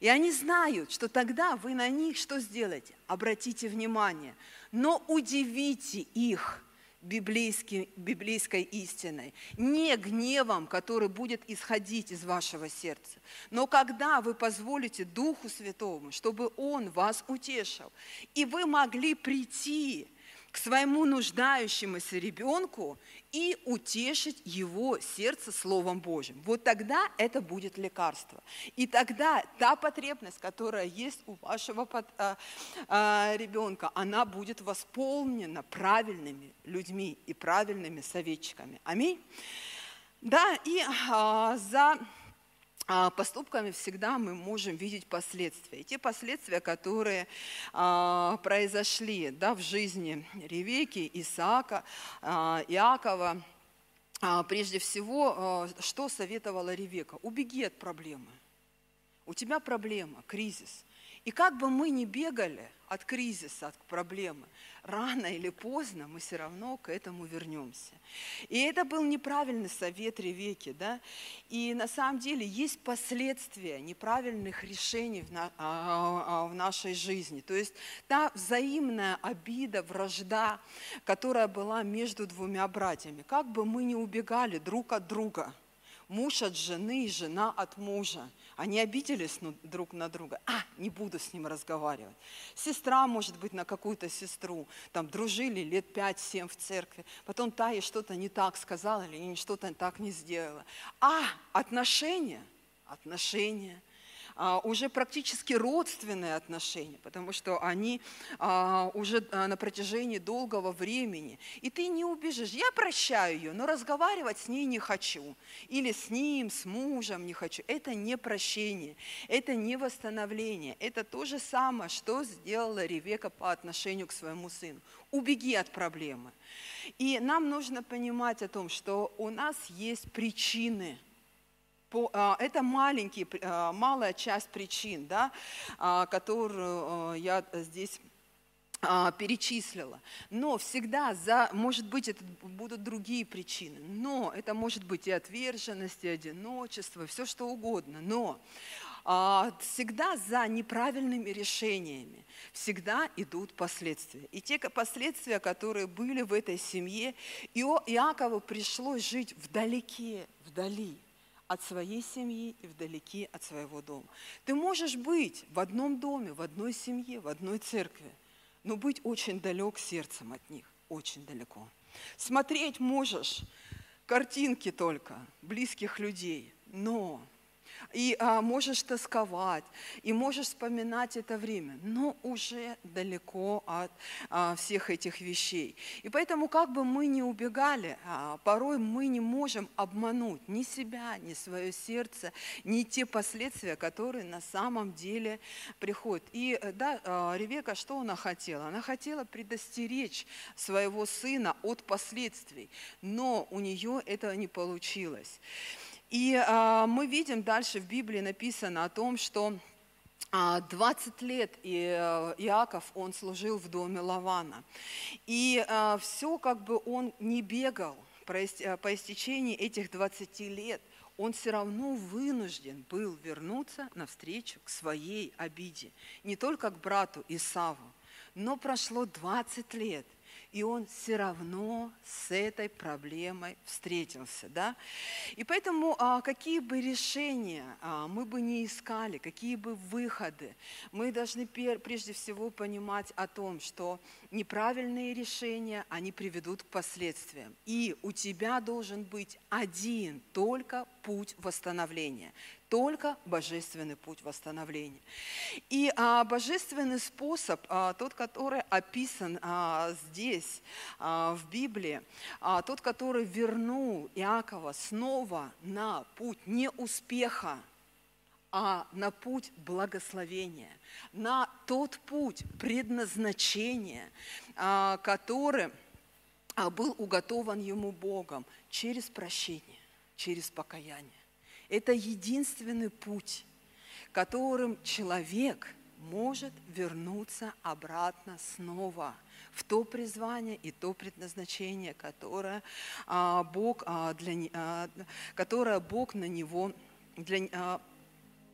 И они знают, что тогда вы на них что сделаете? Обратите внимание, но удивите их библейской истиной, не гневом, который будет исходить из вашего сердца. Но когда вы позволите Духу Святому, чтобы Он вас утешил, и вы могли прийти к своему нуждающемуся ребенку и утешить его сердце Словом Божьим. Вот тогда это будет лекарство. И тогда та потребность, которая есть у вашего ребенка, она будет восполнена правильными людьми и правильными советчиками. Аминь. Да, и за поступками всегда мы можем видеть последствия. И те последствия, которые произошли, да, в жизни Ревекки, Исаака, Иакова, прежде всего, что советовала Ревекка? Убеги от проблемы. У тебя проблема, кризис. И как бы мы ни бегали от кризиса, от проблемы, рано или поздно мы все равно к этому вернемся. И это был неправильный совет Ревекки, да? И на самом деле есть последствия неправильных решений в нашей жизни. То есть та взаимная обида, вражда, которая была между двумя братьями, как бы мы ни убегали друг от друга, муж от жены и жена от мужа. Они обиделись друг на друга. Не буду с ним разговаривать. Сестра, может быть, на какую-то сестру. Там дружили лет 5-7 в церкви. Потом та ей что-то не так сказала или что-то так не сделала. Отношения. Уже практически родственные отношения, потому что они уже на протяжении долгого времени. И ты не убежишь. Я прощаю ее, но разговаривать с ней не хочу. Или с ним, с мужем не хочу. Это не прощение, это не восстановление. Это то же самое, что сделала Ревекка по отношению к своему сыну. Убеги от проблемы. И нам нужно понимать о том, что у нас есть причины. Это малая часть причин, да, которую я здесь перечислила. Но всегда, может быть, это будут другие причины. Но это может быть и отверженность, и одиночество, все что угодно. Но всегда за неправильными решениями всегда идут последствия. И те последствия, которые были в этой семье, Иакову пришлось жить вдали от своей семьи и вдалеке от своего дома. Ты можешь быть в одном доме, в одной семье, в одной церкви, но быть очень далек сердцем от них, очень далеко. Смотреть можешь картинки только близких людей, но и можешь тосковать, и можешь вспоминать это время, но уже далеко от всех этих вещей. И поэтому, как бы мы ни убегали, порой мы не можем обмануть ни себя, ни свое сердце, ни те последствия, которые на самом деле приходят. И да, Ревекка, что она хотела? Она хотела предостеречь своего сына от последствий, но у нее это не получилось. И мы видим дальше в Библии написано о том, что 20 лет Иаков, он служил в доме Лавана. И все, как бы он не бегал по истечении этих 20 лет, он все равно вынужден был вернуться навстречу к своей обиде. Не только к брату Исаву, но прошло 20 лет. И он все равно с этой проблемой встретился. Да? И поэтому какие бы решения мы бы не искали, какие бы выходы, мы должны прежде всего понимать о том, что неправильные решения, они приведут к последствиям. И у тебя должен быть один только путь восстановления. Только божественный путь восстановления. И божественный способ, тот, который описан здесь, в Библии, тот, который вернул Иакова снова на путь не успеха, а на путь благословения, на тот путь предназначения, который был уготован ему Богом через прощение, через покаяние. Это единственный путь, которым человек может вернуться обратно снова в то призвание и то предназначение, которое Бог на него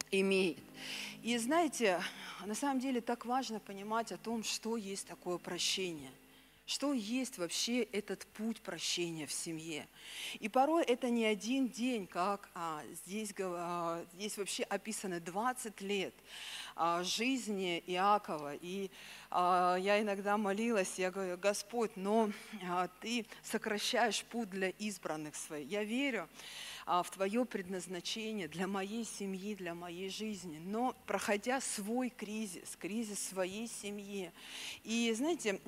имеет. И знаете, на самом деле так важно понимать о том, что есть такое прощение. Что есть вообще этот путь прощения в семье. И порой это не один день, как здесь вообще описано 20 лет жизни Иакова. И я иногда молилась, я говорю: Господь, но Ты сокращаешь путь для избранных своих. Я верю в Твое предназначение для моей семьи, для моей жизни. Но проходя свой кризис своей семьи. И знаете,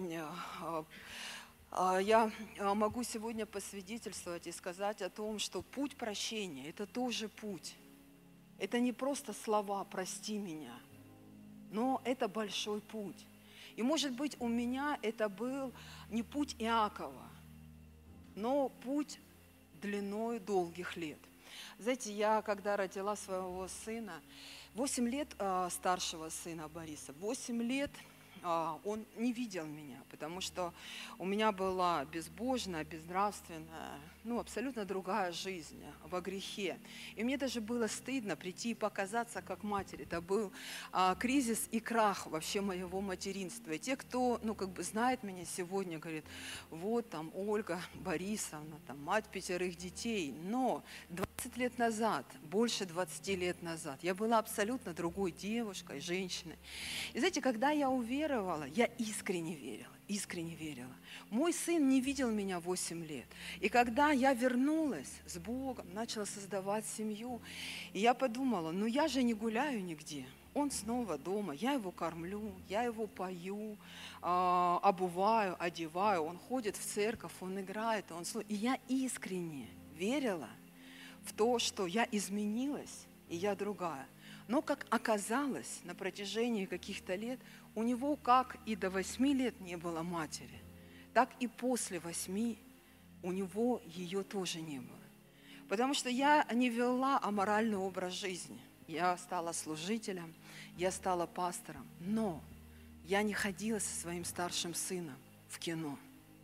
я могу сегодня посвидетельствовать и сказать о том, что путь прощения – это тоже путь. Это не просто слова «прости меня», но это большой путь. И, может быть, у меня это был не путь Иакова, но путь длиной долгих лет. Знаете, я когда родила своего сына, 8 лет старшего сына Бориса, 8 лет он не видел меня, потому что у меня была безбожная, безнравственная, абсолютно другая жизнь во грехе. И мне даже было стыдно прийти и показаться как матери. Это был кризис и крах вообще моего материнства. И те, кто, знает меня сегодня, говорит: вот там Ольга Борисовна, там мать 5 детей. Но 20 лет назад, больше 20 лет назад, я была абсолютно другой девушкой, женщиной. И знаете, когда я уверовала, я искренне верила. Мой сын не видел меня 8 лет. И когда я вернулась с Богом, начала создавать семью, и я подумала: я же не гуляю нигде. Он снова дома, я его кормлю, я его пою, обуваю, одеваю, он ходит в церковь, он играет, и я искренне верила в то, что я изменилась, и я другая. Но, как оказалось, на протяжении каких-то лет у него, как и до 8 лет не было матери, так и после 8 у него ее тоже не было. Потому что я не вела аморальный образ жизни. Я стала служителем, я стала пастором, но я не ходила со своим старшим сыном в кино.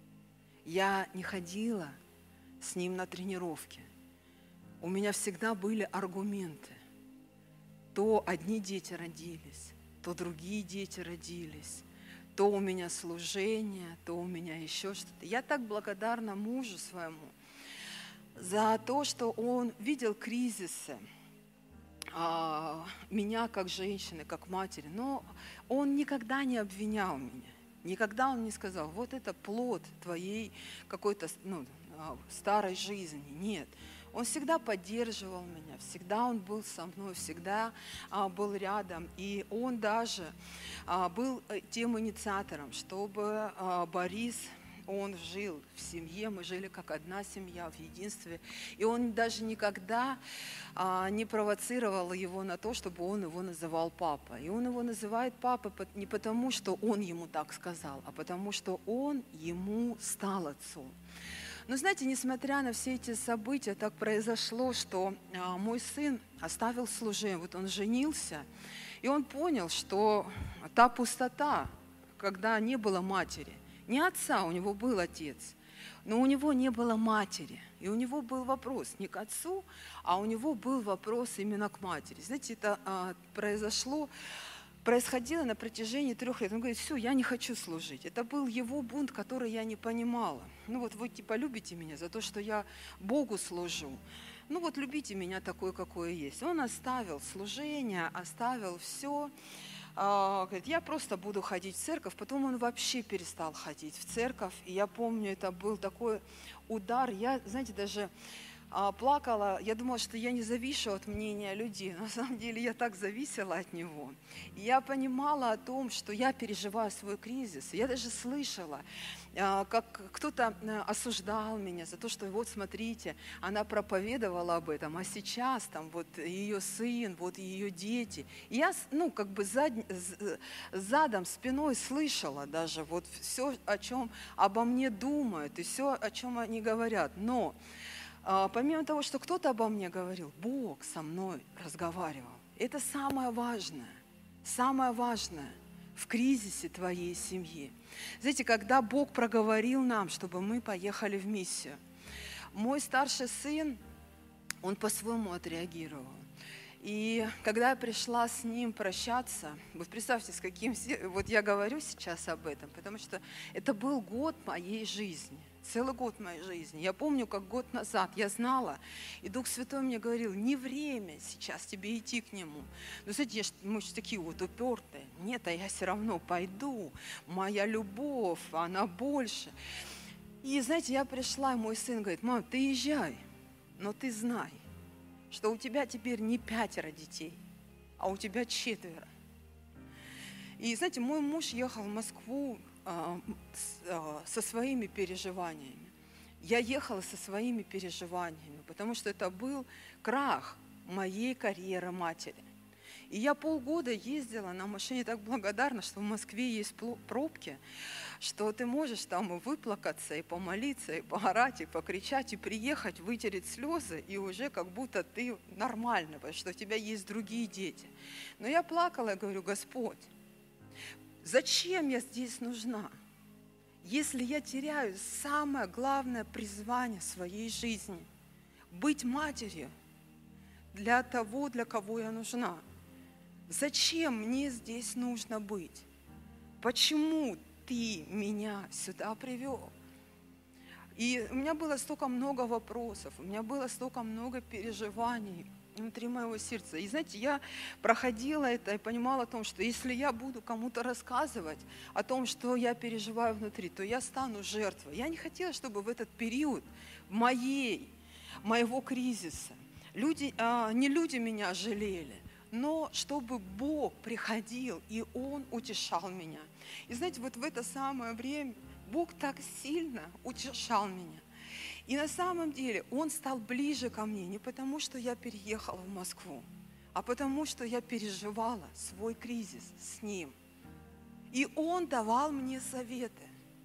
Я не ходила с ним на тренировки. У меня всегда были аргументы. То одни дети родились, то другие дети родились, то у меня служение, то у меня еще что-то. Я так благодарна мужу своему за то, что он видел кризисы меня как женщины, как матери, но он никогда не обвинял меня. Никогда он не сказал: вот это плод твоей какой-то старой жизни. Нет. Он всегда поддерживал меня, всегда он был со мной, всегда был рядом. И он даже был тем инициатором, чтобы Борис, он жил в семье, мы жили как одна семья, в единстве. И он даже никогда не провоцировал его на то, чтобы он его называл папа. И он его называет папой не потому, что он ему так сказал, а потому, что он ему стал отцом. Но знаете, несмотря на все эти события, так произошло, что мой сын оставил служение. Вот он женился, и он понял, что та пустота, когда не было матери, не отца, у него был отец, но у него не было матери. И у него был вопрос не к отцу, а у него был вопрос именно к матери. Знаете, это происходило на протяжении 3 лет. Он говорит: все, я не хочу служить. Это был его бунт, который я не понимала. Вы любите меня за то, что я Богу служу. Любите меня такой, какой я есть. Он оставил служение, оставил все. Говорит: я просто буду ходить в церковь. Потом он вообще перестал ходить в церковь. И я помню, это был такой удар. Я, знаете, даже плакала. Я думала, что я не завишу от мнения людей. На самом деле я так зависела от него. И я понимала о том, что я переживаю свой кризис. Я даже слышала, как кто-то осуждал меня за то, что вот смотрите, она проповедовала об этом, а сейчас там вот ее сын, вот ее дети. И я задом, спиной слышала даже вот все, о чем обо мне думают, и все, о чем они говорят. Но помимо того, что кто-то обо мне говорил, Бог со мной разговаривал. Это самое важное в кризисе твоей семьи. Знаете, когда Бог проговорил нам, чтобы мы поехали в миссию, мой старший сын, он по-своему отреагировал. И когда я пришла с ним прощаться, вот представьте, с каким... Вот я говорю сейчас об этом, потому что это был год моей жизни, целый год моей жизни. Я помню, как год назад я знала, и Дух Святой мне говорил, не время сейчас тебе идти к Нему. Но знаете, мы же такие вот упертые. Нет, а я все равно пойду. Моя любовь, она больше. И знаете, я пришла, и мой сын говорит, мам, ты езжай, но ты знай, что у тебя теперь не 5 детей, а у тебя 4. И знаете, мой муж ехал в Москву со своими переживаниями. Я ехала со своими переживаниями, потому что это был крах моей карьеры матери. И я полгода ездила на машине, так благодарна, что в Москве есть пробки, что ты можешь там и выплакаться, и помолиться, и поорать, и покричать, и приехать, вытереть слезы, и уже как будто ты нормально, потому что у тебя есть другие дети. Но я плакала и говорю, Господь, зачем я здесь нужна, если я теряю самое главное призвание своей жизни – быть матерью для того, для кого я нужна? Зачем мне здесь нужно быть? Почему ты меня сюда привел? И у меня было столько много вопросов, у меня было столько много переживаний внутри моего сердца. И знаете, я проходила это и понимала о том, что если я буду кому-то рассказывать о том, что я переживаю внутри, то я стану жертвой. Я не хотела, чтобы в этот период моего кризиса не люди меня жалели, но чтобы Бог приходил, и Он утешал меня. И знаете, вот в это самое время Бог так сильно утешал меня. И на самом деле Он стал ближе ко мне не потому, что я переехала в Москву, а потому, что я переживала свой кризис с Ним. И Он давал мне советы.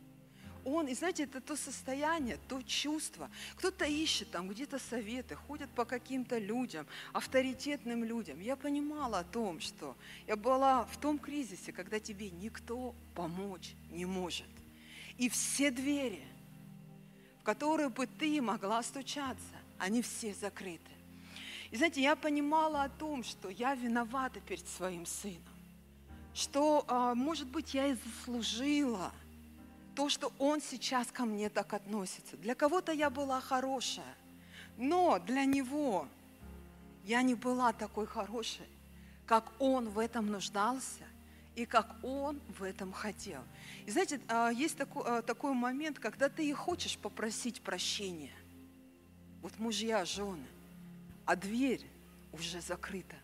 И знаете, это то состояние, то чувство. Кто-то ищет там где-то советы, ходят по каким-то людям, авторитетным людям. Я понимала о том, что я была в том кризисе, когда тебе никто помочь не может. И все двери, в которые бы ты могла стучаться, они все закрыты. И знаете, я понимала о том, что я виновата перед своим сыном, что, может быть, я и заслужила то, что он сейчас ко мне так относится. Для кого-то я была хорошая, но для него я не была такой хорошей, как он в этом нуждался и как он в этом хотел. И знаете, есть такой момент, когда ты и хочешь попросить прощения. Вот мужья, жены, а дверь уже закрыта.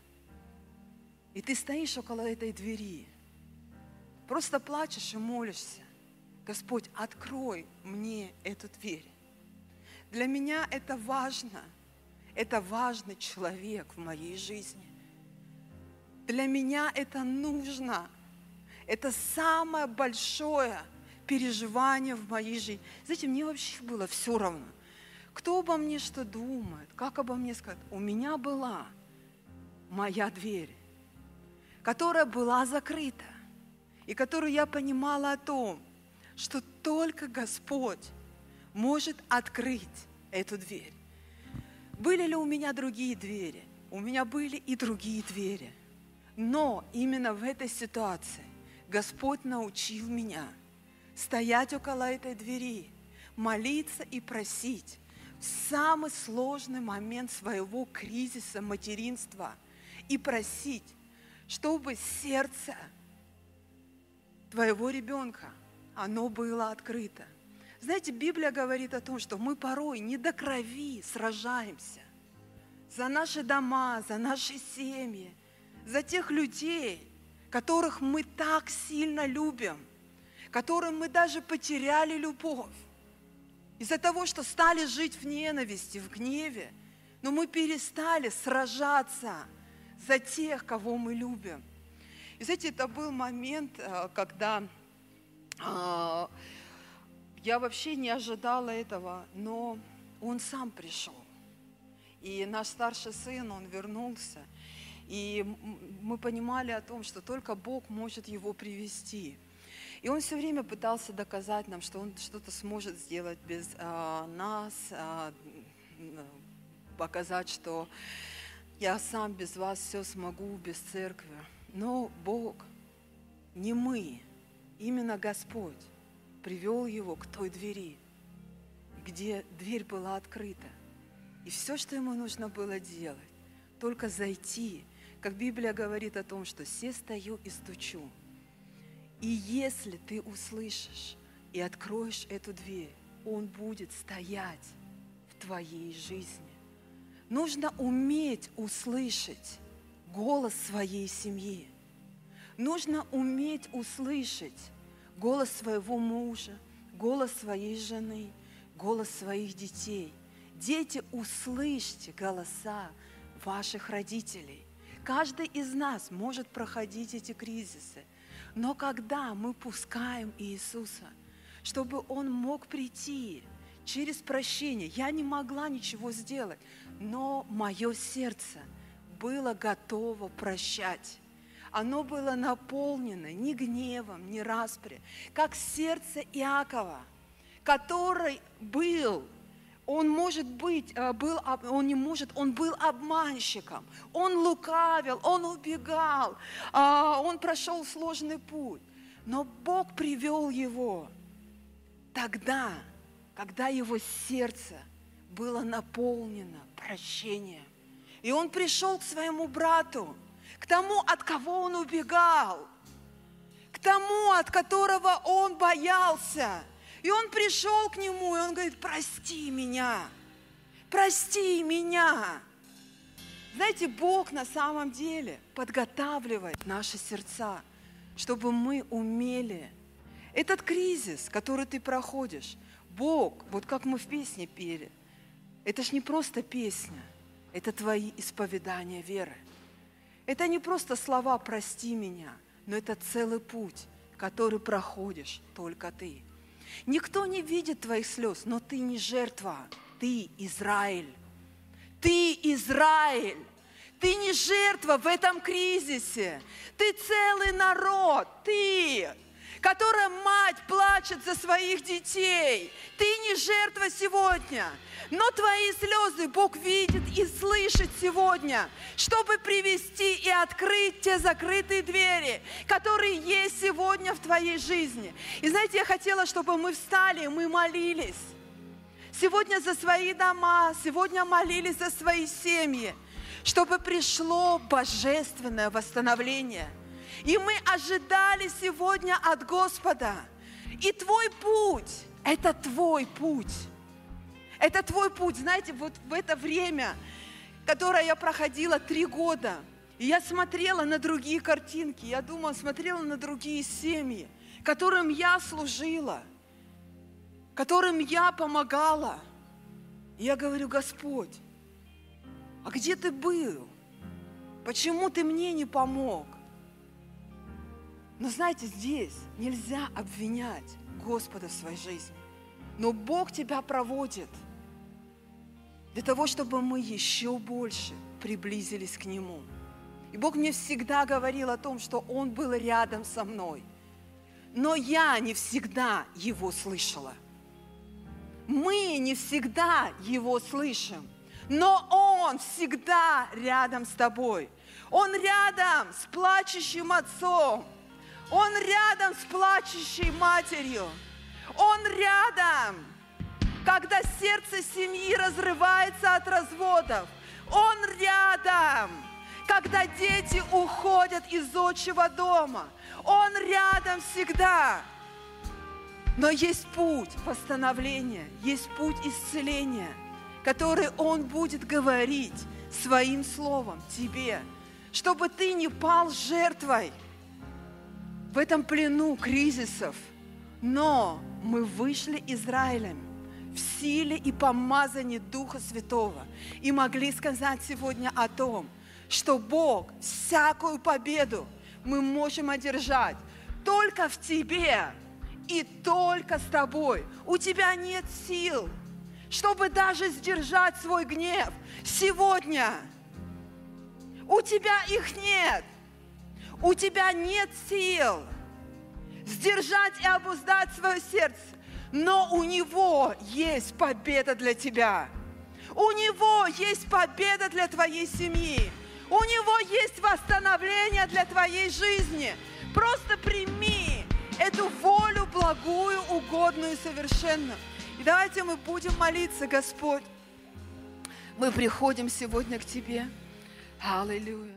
И ты стоишь около этой двери, просто плачешь и молишься. Господь, открой мне эту дверь. Для меня это важно. Это важный человек в моей жизни. Для меня это нужно. Это самое большое переживание в моей жизни. Знаете, мне вообще было все равно. Кто обо мне что думает, как обо мне скажут. У меня была моя дверь, которая была закрыта, и которую я понимала о том, что только Господь может открыть эту дверь. Были ли у меня другие двери? У меня были и другие двери. Но именно в этой ситуации Господь научил меня стоять около этой двери, молиться и просить в самый сложный момент своего кризиса материнства и просить, чтобы сердце твоего ребенка оно было открыто. Знаете, Библия говорит о том, что мы порой не до крови сражаемся за наши дома, за наши семьи, за тех людей, которых мы так сильно любим, которым мы даже потеряли любовь. Из-за того, что стали жить в ненависти, в гневе, но мы перестали сражаться за тех, кого мы любим. И знаете, это был момент, когда я вообще не ожидала этого, но он сам пришел. И наш старший сын, он вернулся. И мы понимали о том, что только Бог может его привести. И он все время пытался доказать нам, что он что-то сможет сделать без нас, показать, что я сам без вас все смогу, без церкви. Но Бог, не мы, именно Господь привел его к той двери, где дверь была открыта. И все, что ему нужно было делать, только зайти, как Библия говорит о том, что «се стою и стучу». И если ты услышишь и откроешь эту дверь, Он будет стоять в твоей жизни. Нужно уметь услышать голос своей семьи. Нужно уметь услышать голос своего мужа, голос своей жены, голос своих детей. Дети, услышьте голоса ваших родителей. Каждый из нас может проходить эти кризисы. Но когда мы пускаем Иисуса, чтобы Он мог прийти через прощение, я не могла ничего сделать, но мое сердце было готово прощать. Оно было наполнено ни гневом, ни распри, как сердце Иакова, который был, он был обманщиком, он лукавил, он убегал, он прошел сложный путь. Но Бог привел его тогда, когда его сердце было наполнено прощением. И он пришел к своему брату, к тому, от кого он убегал, к тому, от которого он боялся. И он пришел к нему, и он говорит: прости меня, прости меня. Знаете, Бог на самом деле подготавливает наши сердца, чтобы мы умели этот кризис, который ты проходишь. Бог, вот как мы в песне пели, это ж не просто песня, это твои исповедания веры. Это не просто слова «прости меня», но это целый путь, который проходишь только ты. Никто не видит твоих слез, но ты не жертва, ты Израиль. Ты Израиль. Ты не жертва в этом кризисе. Ты целый народ. Ты, которая мать плачет за своих детей. Ты не жертва сегодня. Но твои слезы Бог видит и слышит сегодня, чтобы привести и открыть те закрытые двери, которые есть сегодня в твоей жизни. И знаете, я хотела, чтобы мы встали, мы молились. Сегодня за свои дома, сегодня молились за свои семьи, чтобы пришло божественное восстановление. И мы ожидали сегодня от Господа. И твой путь – это твой путь. Это твой путь. Знаете, вот в это время, которое я проходила 3 года, и я смотрела на другие картинки, я думала, смотрела на другие семьи, которым я служила, которым я помогала. И я говорю: Господь, а где ты был? Почему ты мне не помог? Но знаете, здесь нельзя обвинять Господа в своей жизни. Но Бог тебя проводит для того, чтобы мы еще больше приблизились к Нему. И Бог мне всегда говорил о том, что Он был рядом со мной. Но я не всегда Его слышала. Мы не всегда Его слышим. Но Он всегда рядом с тобой. Он рядом с плачущим отцом. Он рядом с плачущей матерью. Он рядом, когда сердце семьи разрывается от разводов. Он рядом, когда дети уходят из отчего дома. Он рядом всегда. Но есть путь восстановления, есть путь исцеления, который Он будет говорить Своим Словом тебе, чтобы ты не пал жертвой в этом плену кризисов. Но мы вышли Израилем в силе и помазании Духа Святого и могли сказать сегодня о том, что Бог всякую победу мы можем одержать только в Тебе и только с Тобой. У Тебя нет сил, чтобы даже сдержать свой гнев сегодня. У Тебя их нет. У Тебя нет сил сдержать и обуздать свое сердце, но у Него есть победа для тебя. У Него есть победа для твоей семьи. У Него есть восстановление для твоей жизни. Просто прими эту волю благую, угодную и совершенную. И давайте мы будем молиться, Господь. Мы приходим сегодня к Тебе. Аллилуйя.